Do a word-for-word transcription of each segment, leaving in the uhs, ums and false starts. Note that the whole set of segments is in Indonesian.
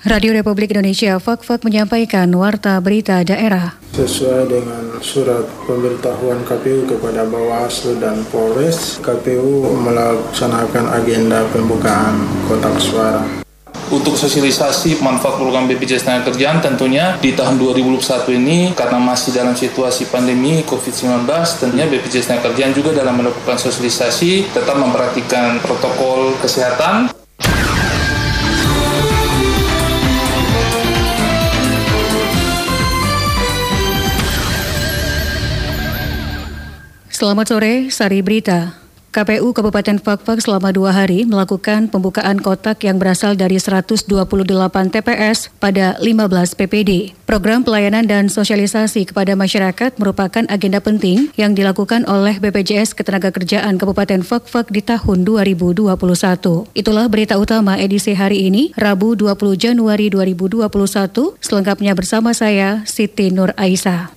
Radio Republik Indonesia Fak-Fak menyampaikan warta berita daerah. Sesuai dengan surat pemberitahuan K P U kepada Bawaslu dan Polres, K P U melaksanakan agenda pembukaan kotak suara. Untuk sosialisasi manfaat program B P J S Tenagakerjaan tentunya di tahun dua ribu dua puluh satu ini karena masih dalam situasi pandemi covid sembilan belas, tentunya B P J S Tenagakerjaan juga dalam melakukan sosialisasi tetap memperhatikan protokol kesehatan. Selamat sore, Sari Berita. K P U Kabupaten Fak-Fak selama dua hari melakukan pembukaan kotak yang berasal dari seratus dua puluh delapan T P S pada lima belas P P D. Program pelayanan dan sosialisasi kepada masyarakat merupakan agenda penting yang dilakukan oleh B P J S Ketenagakerjaan Kabupaten Fak-Fak di tahun dua ribu dua puluh satu. Itulah berita utama edisi hari ini, Rabu dua puluh Januari dua ribu dua puluh satu. Selengkapnya bersama saya, Siti Nur Aisyah.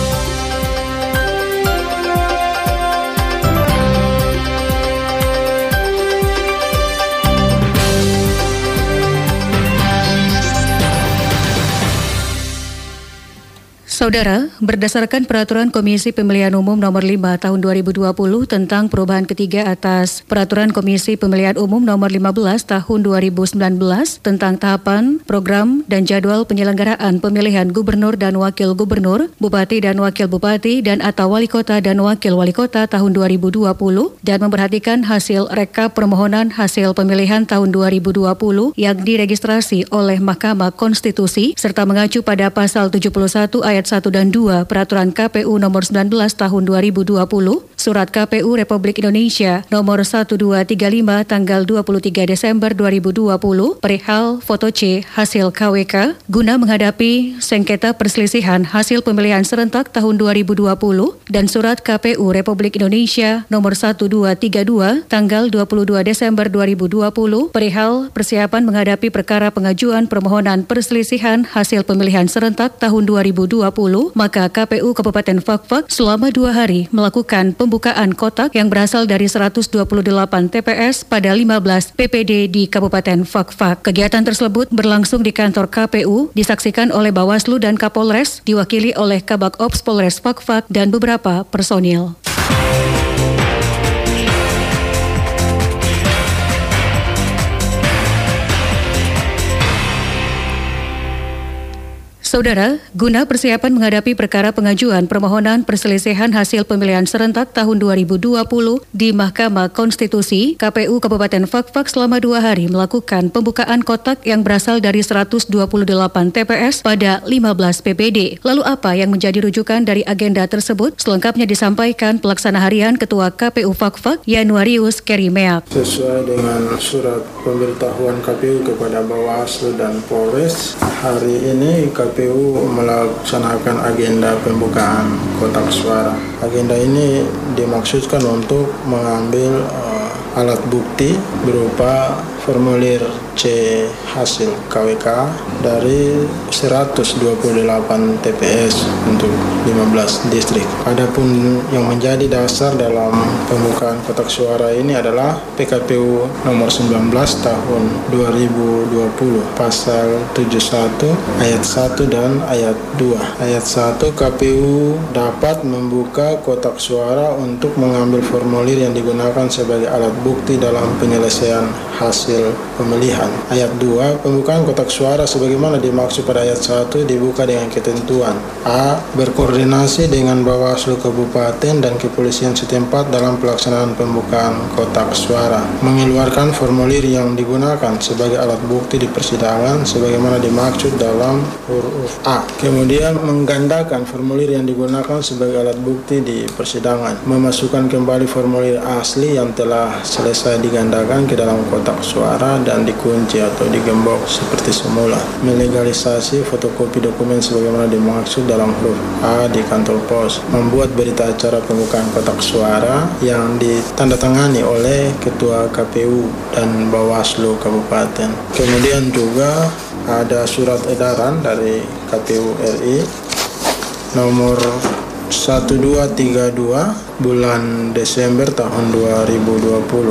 Saudara, berdasarkan Peraturan Komisi Pemilihan Umum Nomor lima Tahun dua ribu dua puluh tentang perubahan ketiga atas Peraturan Komisi Pemilihan Umum Nomor lima belas Tahun dua ribu sembilan belas tentang tahapan, program, dan jadwal penyelenggaraan pemilihan gubernur dan wakil gubernur, bupati dan wakil bupati, dan atau wali kota dan wakil wali kota tahun dua ribu dua puluh dan memperhatikan hasil rekap permohonan hasil pemilihan tahun dua ribu dua puluh yang diregistrasi oleh Mahkamah Konstitusi serta mengacu pada pasal tujuh puluh satu ayat satu dan dua Peraturan K P U Nomor sembilan belas Tahun dua ribu dua puluh, Surat K P U Republik Indonesia Nomor seribu dua ratus tiga puluh lima tanggal dua puluh tiga Desember dua ribu dua puluh perihal foto C hasil K W K guna menghadapi sengketa perselisihan hasil pemilihan serentak tahun dua ribu dua puluh dan Surat K P U Republik Indonesia Nomor seribu dua ratus tiga puluh dua tanggal dua puluh dua Desember dua ribu dua puluh perihal persiapan menghadapi perkara pengajuan permohonan perselisihan hasil pemilihan serentak tahun dua ribu dua puluh. Maka K P U Kabupaten Fak-Fak selama dua hari melakukan pembukaan kotak yang berasal dari seratus dua puluh delapan T P S pada lima belas P P D di Kabupaten Fak-Fak. Kegiatan tersebut berlangsung di kantor K P U, disaksikan oleh Bawaslu dan Kapolres, diwakili oleh Kabak Ops Polres Fak-Fak dan beberapa personil. Saudara, guna persiapan menghadapi perkara pengajuan permohonan perselisihan hasil pemilihan serentak tahun dua ribu dua puluh di Mahkamah Konstitusi, K P U Kabupaten Fak-Fak selama dua hari melakukan pembukaan kotak yang berasal dari seratus dua puluh delapan T P S pada lima belas P P D. Lalu apa yang menjadi rujukan dari agenda tersebut? Selengkapnya disampaikan Pelaksana Harian Ketua K P U Fak-Fak, Yanuarius Kerimeak. Sesuai dengan surat pemberitahuan K P U kepada Bawaslu dan Polres, hari ini K P U melaksanakan agenda pembukaan kotak suara. Agenda ini dimaksudkan untuk mengambil uh, alat bukti berupa formulir C hasil K W K dari seratus dua puluh delapan T P S untuk lima belas distrik. Adapun yang menjadi dasar dalam pembukaan kotak suara ini adalah P K P U nomor sembilan belas tahun dua ribu dua puluh pasal tujuh puluh satu ayat satu dan ayat dua. Ayat satu, K P U dapat membuka kotak suara untuk mengambil formulir yang digunakan sebagai alat bukti dalam penyelesaian hasil pemilihan. Ayat dua, pembukaan kotak suara sebagaimana dimaksud pada ayat satu dibuka dengan ketentuan A. Berkoordinasi dengan Bawaslu Kabupaten dan Kepolisian setempat dalam pelaksanaan pembukaan kotak suara, mengeluarkan formulir yang digunakan sebagai alat bukti di persidangan sebagaimana dimaksud dalam huruf A. Kemudian menggandakan formulir yang digunakan sebagai alat bukti di persidangan, memasukkan kembali formulir asli yang telah selesai digandakan ke dalam kotak suara dan dikunci atau digembok seperti semula, melegalisasi fotokopi dokumen sebagaimana dimaksud dalam huruf A di kantor pos, membuat berita acara pembukaan kotak suara yang ditandatangani oleh Ketua K P U dan Bawaslu Kabupaten. Kemudian juga ada surat edaran dari K P U R I nomor seribu dua ratus tiga puluh dua bulan Desember tahun dua ribu dua puluh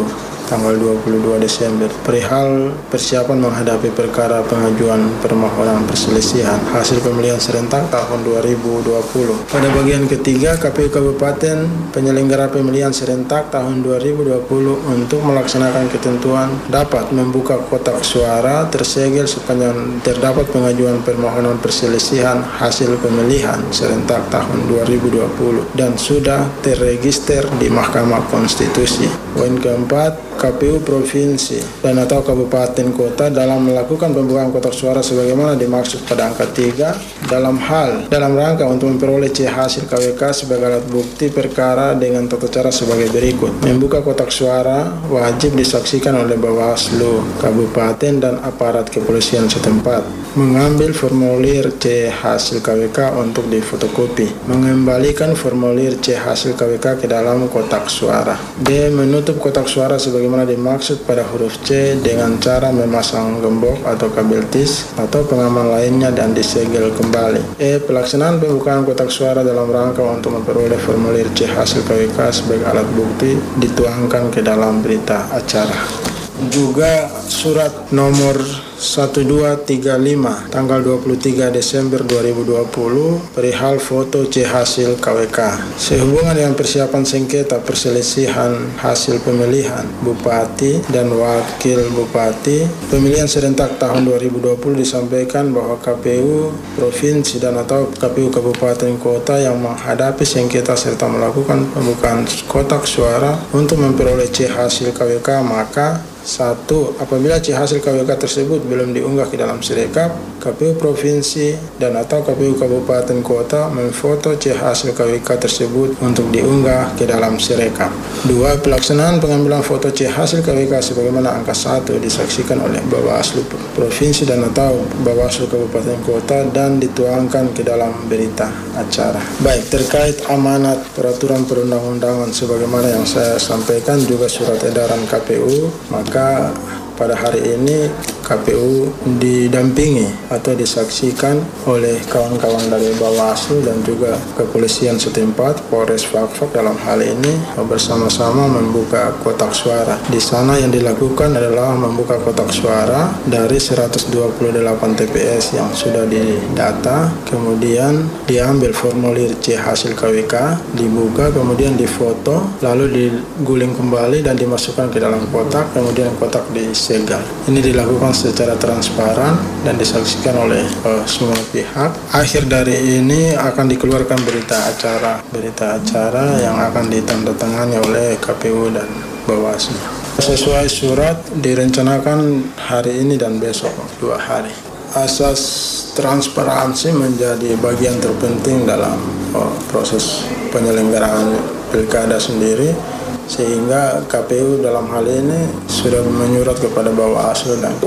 tanggal dua puluh dua Desember perihal persiapan menghadapi perkara pengajuan permohonan perselisihan hasil pemilihan serentak tahun dua ribu dua puluh. Pada bagian ketiga, K P U Kabupaten penyelenggara pemilihan serentak tahun dua ribu dua puluh untuk melaksanakan ketentuan dapat membuka kotak suara tersegel sepanjang terdapat pengajuan permohonan perselisihan hasil pemilihan serentak tahun dua ribu dua puluh dan sudah terregister di Mahkamah Konstitusi. Poin keempat, K P U Provinsi dan atau Kabupaten Kota dalam melakukan pembukaan kotak suara sebagaimana dimaksud pada angka tiga dalam hal dalam rangka untuk memperoleh C hasil K W K sebagai alat bukti perkara dengan tata cara sebagai berikut. Membuka kotak suara wajib disaksikan oleh Bawaslu Kabupaten dan aparat kepolisian setempat. Mengambil formulir C hasil K W K untuk difotokopi. Mengembalikan formulir C hasil K W K ke dalam kotak suara. D. Menutup kotak suara sebagaimana dimaksud pada huruf C dengan cara memasang gembok atau kabel tis atau pengaman lainnya dan disegel kembali. E. Pelaksanaan pembukaan kotak suara dalam rangka untuk memperoleh formulir C hasil K W K sebagai alat bukti dituangkan ke dalam berita acara. Juga surat nomor satu dua tiga lima tanggal dua puluh tiga Desember dua ribu dua puluh perihal foto C hasil K W K. Sehubungan dengan persiapan sengketa perselisihan hasil pemilihan Bupati dan Wakil Bupati pemilihan serentak tahun dua ribu dua puluh disampaikan bahwa K P U Provinsi dan atau K P U Kabupaten Kota yang menghadapi sengketa serta melakukan pembukaan kotak suara untuk memperoleh C hasil K W K maka satu. Apabila C hasil K W K tersebut belum diunggah ke dalam Sirekap, K P U Provinsi dan atau K P U Kabupaten Kota memfoto C hasil K W K tersebut untuk diunggah ke dalam Sirekap. Dua. Pelaksanaan pengambilan foto C hasil K W K sebagaimana angka satu disaksikan oleh Bawaslu Provinsi dan atau Bawaslu Kabupaten Kota dan dituangkan ke dalam berita acara. Baik, terkait amanat peraturan perundang-undangan sebagaimana yang saya sampaikan juga surat edaran K P U, maka pada hari ini K P U didampingi atau disaksikan oleh kawan-kawan dari Bawaslu dan juga kepolisian setempat, Polres Fakfak dalam hal ini bersama-sama membuka kotak suara. Di sana yang dilakukan adalah membuka kotak suara dari seratus dua puluh delapan T P S yang sudah didata, kemudian diambil formulir C hasil K W K, dibuka, kemudian difoto, lalu diguling kembali dan dimasukkan ke dalam kotak, kemudian kotak disegel. Ini dilakukan secara transparan dan disaksikan oleh uh, semua pihak. Akhir dari ini akan dikeluarkan berita acara, berita acara yang akan ditandatangani oleh K P U dan Bawaslu. Sesuai surat direncanakan hari ini dan besok, dua hari. Asas transparansi menjadi bagian terpenting dalam uh, proses penyelenggaraan pilkada sendiri, sehingga K P U dalam hal ini sudah menyurat kepada Bawaslu dan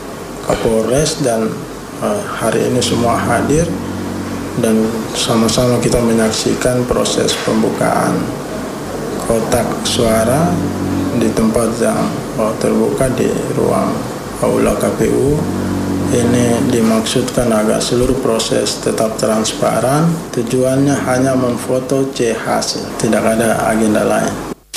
Kapolres dan uh, hari ini semua hadir dan sama-sama kita menyaksikan proses pembukaan kotak suara di tempat yang uh, terbuka di ruang aula K P U. Ini dimaksudkan agar seluruh proses tetap transparan. Tujuannya hanya memfoto C hasil, tidak ada agenda lain.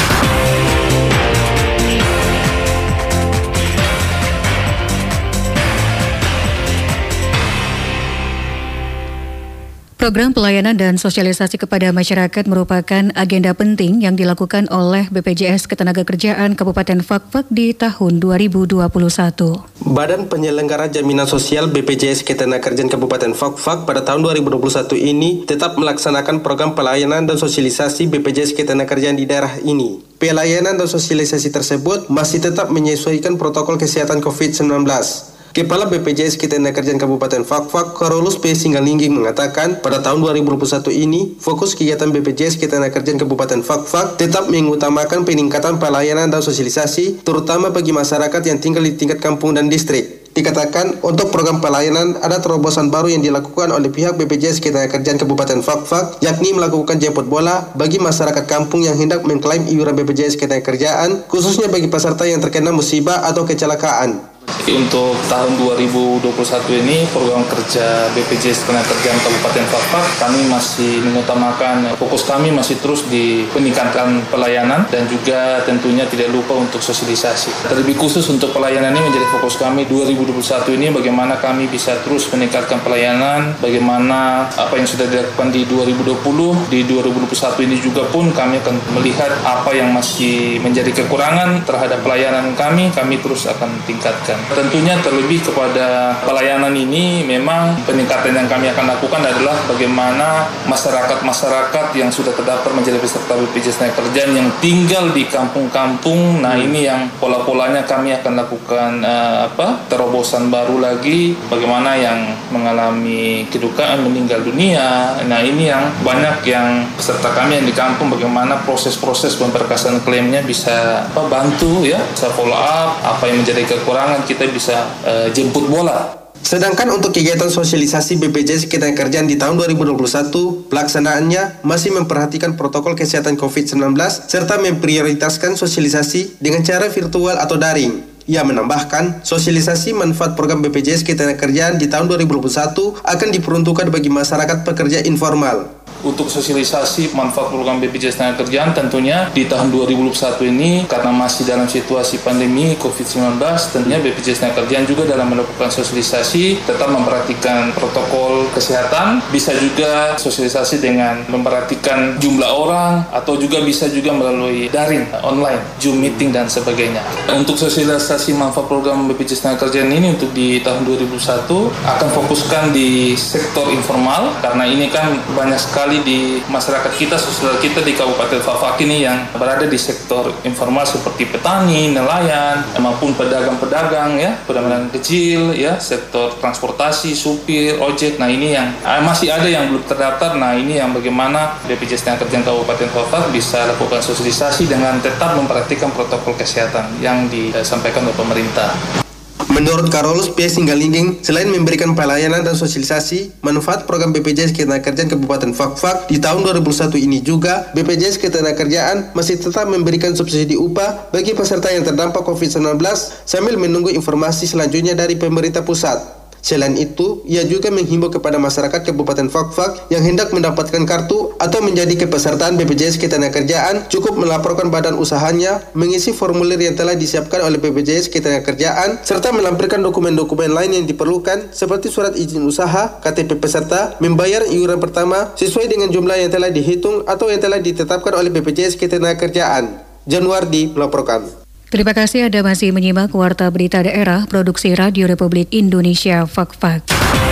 Program pelayanan dan sosialisasi kepada masyarakat merupakan agenda penting yang dilakukan oleh B P J S Ketenagakerjaan Kabupaten Fakfak di tahun dua ribu dua puluh satu. Badan Penyelenggara Jaminan Sosial B P J S Ketenagakerjaan Kabupaten Fakfak pada tahun dua ribu dua puluh satu ini tetap melaksanakan program pelayanan dan sosialisasi B P J S Ketenagakerjaan di daerah ini. Pelayanan dan sosialisasi tersebut masih tetap menyesuaikan protokol kesehatan covid sembilan belas. Kepala B P J S Ketenagakerjaan Kabupaten Fakfak, Karolus P. Singgalingging mengatakan, pada tahun dua ribu dua puluh satu ini, fokus kegiatan B P J S Ketenagakerjaan Kabupaten Fakfak tetap mengutamakan peningkatan pelayanan dan sosialisasi, terutama bagi masyarakat yang tinggal di tingkat kampung dan distrik. Dikatakan, untuk program pelayanan ada terobosan baru yang dilakukan oleh pihak B P J S Ketenagakerjaan Kabupaten Fakfak, yakni melakukan jemput bola bagi masyarakat kampung yang hendak mengklaim iuran B P J S Ketenagakerjaan, khususnya bagi peserta yang terkena musibah atau kecelakaan. Untuk tahun dua ribu dua puluh satu ini program kerja B P J S Ketenagakerjaan Kabupaten Fak-Fak kami masih mengutamakan, fokus kami masih terus di peningkatan pelayanan dan juga tentunya tidak lupa untuk sosialisasi. Terlebih khusus untuk pelayanan ini menjadi fokus kami dua ribu dua puluh satu ini, bagaimana kami bisa terus meningkatkan pelayanan, bagaimana apa yang sudah dilakukan di dua ribu dua puluh, di dua ribu dua puluh satu ini juga pun kami akan melihat apa yang masih menjadi kekurangan terhadap pelayanan kami, kami terus akan tingkatkan. Tentunya terlebih kepada pelayanan ini memang peningkatan yang kami akan lakukan adalah bagaimana masyarakat-masyarakat yang sudah terdaftar menjadi peserta B P J S Ketenagakerjaan yang tinggal di kampung-kampung. Nah, ini yang pola-polanya kami akan lakukan uh, apa terobosan baru lagi, bagaimana yang mengalami kedukaan meninggal dunia. Nah, ini yang banyak yang peserta kami yang di kampung, bagaimana proses-proses pemberkasan klaimnya bisa apa bantu ya, bisa follow up apa yang menjadi kekurangan, kita bisa uh, jemput bola. Sedangkan untuk kegiatan sosialisasi B P J S Ketenagakerjaan di tahun dua ribu dua puluh satu, pelaksanaannya masih memperhatikan protokol kesehatan covid sembilan belas serta memprioritaskan sosialisasi dengan cara virtual atau daring. Ia menambahkan, sosialisasi manfaat program B P J S Ketenagakerjaan di tahun dua ribu dua puluh satu akan diperuntukkan bagi masyarakat pekerja informal. Untuk sosialisasi manfaat program B P J S Ketenagakerjaan tentunya di tahun dua ribu dua puluh satu ini karena masih dalam situasi pandemi covid sembilan belas, tentunya B P J S Ketenagakerjaan juga dalam melakukan sosialisasi tetap memperhatikan protokol kesehatan, bisa juga sosialisasi dengan memperhatikan jumlah orang atau juga bisa juga melalui daring, online, Zoom meeting dan sebagainya. Untuk sosialisasi manfaat program B P J S Ketenagakerjaan ini untuk di tahun dua ribu dua puluh satu akan fokuskan di sektor informal karena ini kan banyak sekali di masyarakat kita, saudara kita di Kabupaten Fak-Fak ini yang berada di sektor informal seperti petani, nelayan, maupun pedagang-pedagang ya, pedagang kecil ya, sektor transportasi, supir, ojek. Nah, ini yang eh, masih ada yang belum terdaftar. Nah, ini yang bagaimana B P J S Ketenagakerjaan Kabupaten Fak-Fak bisa lakukan sosialisasi dengan tetap memperhatikan protokol kesehatan yang disampaikan oleh pemerintah. Menurut Carolus P. Singgalingging, selain memberikan pelayanan dan sosialisasi, manfaat program B P J S Ketenagakerjaan Kabupaten Fak-Fak di tahun dua ribu satu ini juga, B P J S Ketenagakerjaan masih tetap memberikan subsidi upah bagi peserta yang terdampak covid sembilan belas sambil menunggu informasi selanjutnya dari pemerintah pusat. Selain itu, ia juga menghimbau kepada masyarakat Kabupaten Fak-Fak yang hendak mendapatkan kartu atau menjadi kepesertaan B P J S Ketenagakerjaan cukup melaporkan badan usahanya, mengisi formulir yang telah disiapkan oleh B P J S Ketenagakerjaan, serta melampirkan dokumen-dokumen lain yang diperlukan seperti surat izin usaha, K T P peserta, membayar iuran pertama sesuai dengan jumlah yang telah dihitung atau yang telah ditetapkan oleh B P J S Ketenagakerjaan. Januardi melaporkan. Terima kasih Anda masih menyimak Warta Berita Daerah Produksi Radio Republik Indonesia Fak-Fak.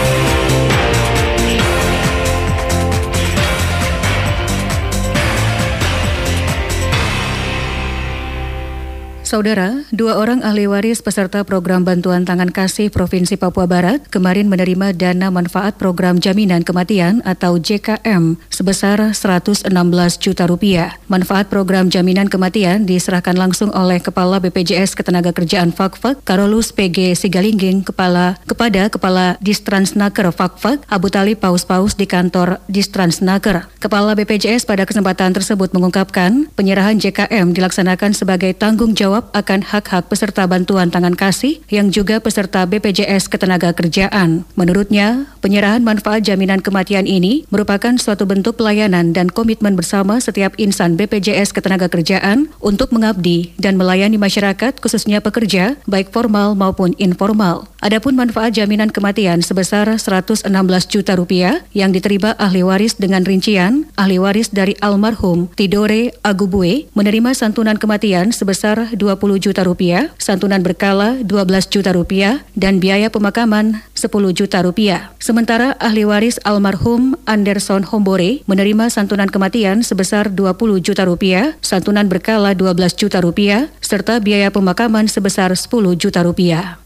Saudara, dua orang ahli waris peserta program bantuan tangan kasih Provinsi Papua Barat kemarin menerima dana manfaat program jaminan kematian atau J K M sebesar seratus enam belas juta rupiah. Manfaat program jaminan kematian diserahkan langsung oleh Kepala B P J S Ketenagakerjaan Fak-Fak, Carolus P G Singgalingging kepala kepada Kepala Distransnaker Fak-Fak, Abu Talib Paus-Paus di kantor Distransnaker. Kepala B P J S pada kesempatan tersebut mengungkapkan penyerahan J K M dilaksanakan sebagai tanggung jawab akan hak-hak peserta bantuan tangan kasih yang juga peserta B P J S Ketenagakerjaan. Menurutnya, penyerahan manfaat jaminan kematian ini merupakan suatu bentuk pelayanan dan komitmen bersama setiap insan B P J S Ketenagakerjaan untuk mengabdi dan melayani masyarakat khususnya pekerja baik formal maupun informal. Adapun manfaat jaminan kematian sebesar seratus enam belas juta rupiah yang diterima ahli waris dengan rincian ahli waris dari almarhum Tidore Agubue menerima santunan kematian sebesar dua puluh juta rupiah, santunan berkala dua belas juta rupiah, dan biaya pemakaman sepuluh juta rupiah. Sementara ahli waris almarhum Anderson Hombore menerima santunan kematian sebesar dua puluh juta rupiah, santunan berkala dua belas juta rupiah, serta biaya pemakaman sebesar sepuluh juta rupiah.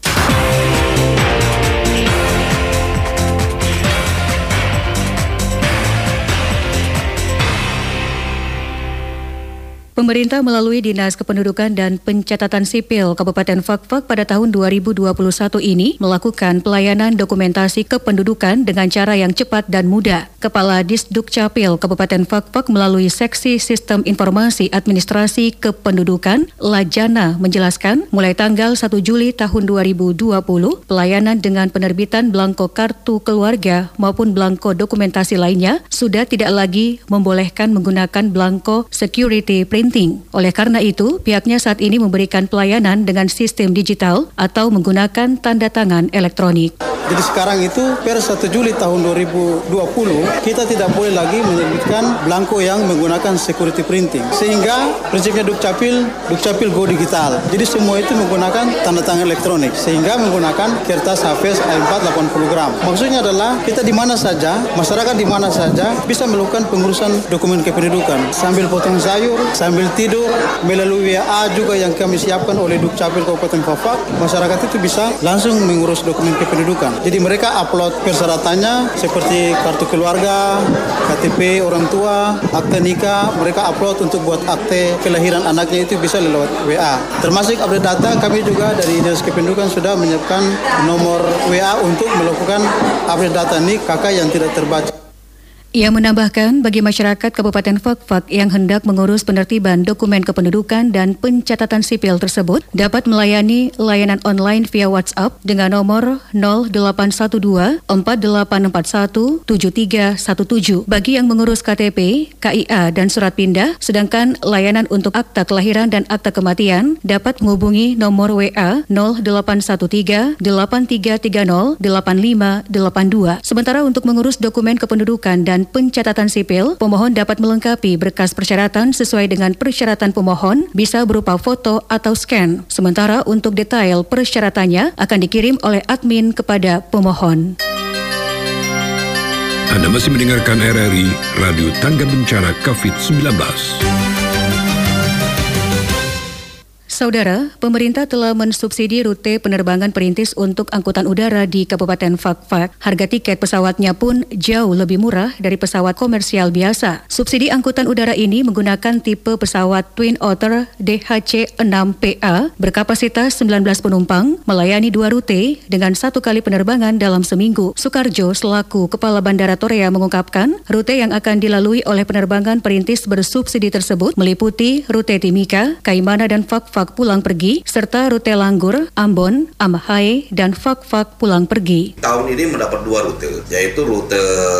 Pemerintah melalui Dinas Kependudukan dan Pencatatan Sipil Kabupaten Fakfak pada tahun dua ribu dua puluh satu ini melakukan pelayanan dokumentasi kependudukan dengan cara yang cepat dan mudah. Kepala Disdukcapil Kabupaten Fakfak melalui Seksi Sistem Informasi Administrasi Kependudukan Lajana menjelaskan, mulai tanggal satu Juli tahun dua ribu dua puluh, pelayanan dengan penerbitan belangko kartu keluarga maupun belangko dokumentasi lainnya sudah tidak lagi membolehkan menggunakan belangko security printing. Oleh karena itu, pihaknya saat ini memberikan pelayanan dengan sistem digital atau menggunakan tanda tangan elektronik. Jadi sekarang itu per satu Juli tahun dua ribu dua puluh kita tidak boleh lagi menerbitkan belangko yang menggunakan security printing. Sehingga prinsipnya Dukcapil, Dukcapil Go Digital. Jadi semua itu menggunakan tanda tangan elektronik sehingga menggunakan kertas H V A empat delapan puluh gram. Maksudnya adalah kita di mana saja, masyarakat di mana saja bisa melakukan pengurusan dokumen kependudukan sambil potong sayur, sambil tidur, melalui W A juga yang kami siapkan oleh Dukcapil Kabupaten Fakfak. Masyarakat itu bisa langsung mengurus dokumen kependudukan. Jadi mereka upload persyaratannya seperti kartu keluarga, K T P orang tua, akte nikah, mereka upload untuk buat akte kelahiran anaknya itu bisa lewat W A. Termasuk update data, kami juga dari Dinas Kependudukan sudah menyiapkan nomor W A untuk melakukan update data nik K K yang tidak terbaca. Ia menambahkan bagi masyarakat Kabupaten Fakfak yang hendak mengurus penertiban dokumen kependudukan dan pencatatan sipil tersebut dapat melayani layanan online via WhatsApp dengan nomor nol delapan satu dua empat delapan empat satu tujuh tiga satu tujuh bagi yang mengurus K T P, K I A dan surat pindah, sedangkan layanan untuk akta kelahiran dan akta kematian dapat menghubungi nomor W A nol delapan satu tiga delapan tiga tiga nol delapan lima delapan dua. Sementara untuk mengurus dokumen kependudukan dan pencatatan sipil, pemohon dapat melengkapi berkas persyaratan sesuai dengan persyaratan pemohon, bisa berupa foto atau scan. Sementara untuk detail persyaratannya akan dikirim oleh admin kepada pemohon. Anda masih mendengarkan R R I Radio Tangga Bencana covid sembilan belas. Saudara, pemerintah telah mensubsidi rute penerbangan perintis untuk angkutan udara di Kabupaten Fakfak. Harga tiket pesawatnya pun jauh lebih murah dari pesawat komersial biasa. Subsidi angkutan udara ini menggunakan tipe pesawat Twin Otter D H C enam P A berkapasitas sembilan belas penumpang, melayani dua rute dengan satu kali penerbangan dalam seminggu. Sukarjo selaku Kepala Bandara Torea mengungkapkan, rute yang akan dilalui oleh penerbangan perintis bersubsidi tersebut meliputi rute Timika, Kaimana dan Fakfak pulang pergi, serta rute Langgur, Ambon, Amahai, dan Fakfak pulang pergi. Tahun ini mendapat dua rute, yaitu rute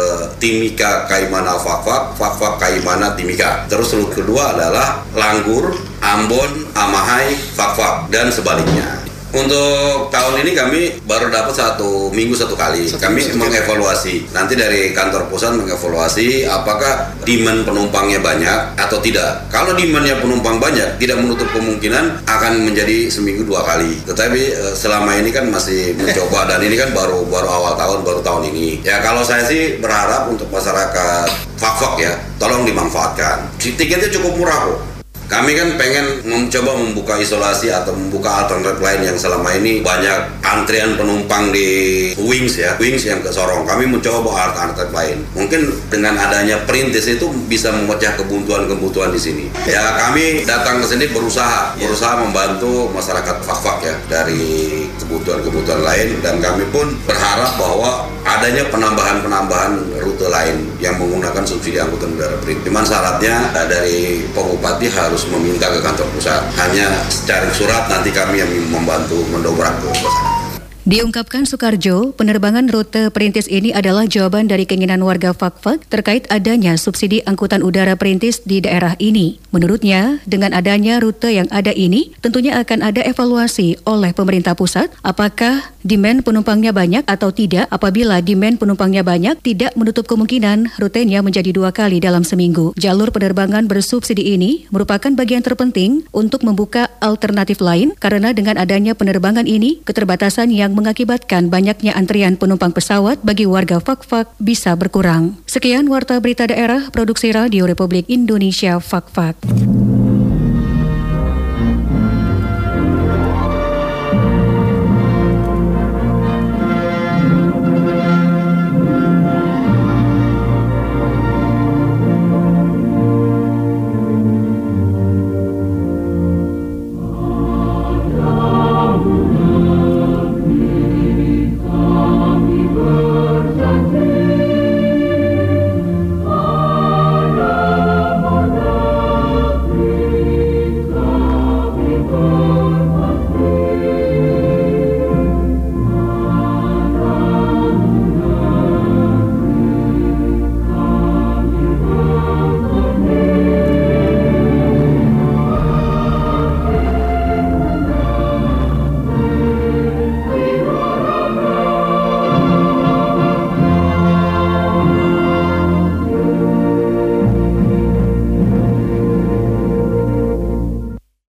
Timika, Kaimana, Fakfak, Fakfak, Kaimana, Timika. Terus rute kedua adalah Langgur, Ambon, Amahai, Fakfak, dan sebaliknya. Untuk tahun ini kami baru dapat satu minggu satu kali. Kami mengevaluasi. Nanti dari kantor pusat mengevaluasi apakah demand penumpangnya banyak atau tidak. Kalau demandnya penumpang banyak, tidak menutup kemungkinan akan menjadi seminggu dua kali. Tetapi selama ini kan masih mencoba dan ini kan baru baru awal tahun, baru tahun ini. Ya kalau saya sih berharap untuk masyarakat Fakfak ya, tolong dimanfaatkan. Tiketnya cukup murah kok. Kami kan pengen mencoba membuka isolasi atau membuka alternatif lain yang selama ini banyak antrian penumpang di Wings ya, Wings yang ke Sorong. Kami mencoba bawa alternatif lain. Mungkin dengan adanya perintis itu bisa memecah kebutuhan-kebutuhan di sini. Ya kami datang ke sini berusaha, berusaha membantu masyarakat Fakfak ya dari kebutuhan-kebutuhan lain, dan kami pun berharap bahwa adanya penambahan-penambahan rute lain yang menggunakan subsidi angkutan udara perintis. Cuman syaratnya dari Pak Bupati harus meminta ke kantor pusat. Hanya secara surat nanti kami yang membantu mendobrak ke sana. Diungkapkan Sukarjo, penerbangan rute perintis ini adalah jawaban dari keinginan warga Fakfak terkait adanya subsidi angkutan udara perintis di daerah ini. Menurutnya, dengan adanya rute yang ada ini, tentunya akan ada evaluasi oleh pemerintah pusat apakah demand penumpangnya banyak atau tidak. Apabila demand penumpangnya banyak, tidak menutup kemungkinan rutenya menjadi dua kali dalam seminggu. Jalur penerbangan bersubsidi ini merupakan bagian terpenting untuk membuka alternatif lain, karena dengan adanya penerbangan ini, keterbatasan yang mengakibatkan banyaknya antrian penumpang pesawat bagi warga Fakfak bisa berkurang. Sekian Warta Berita Daerah Produksi Radio Republik Indonesia Fakfak.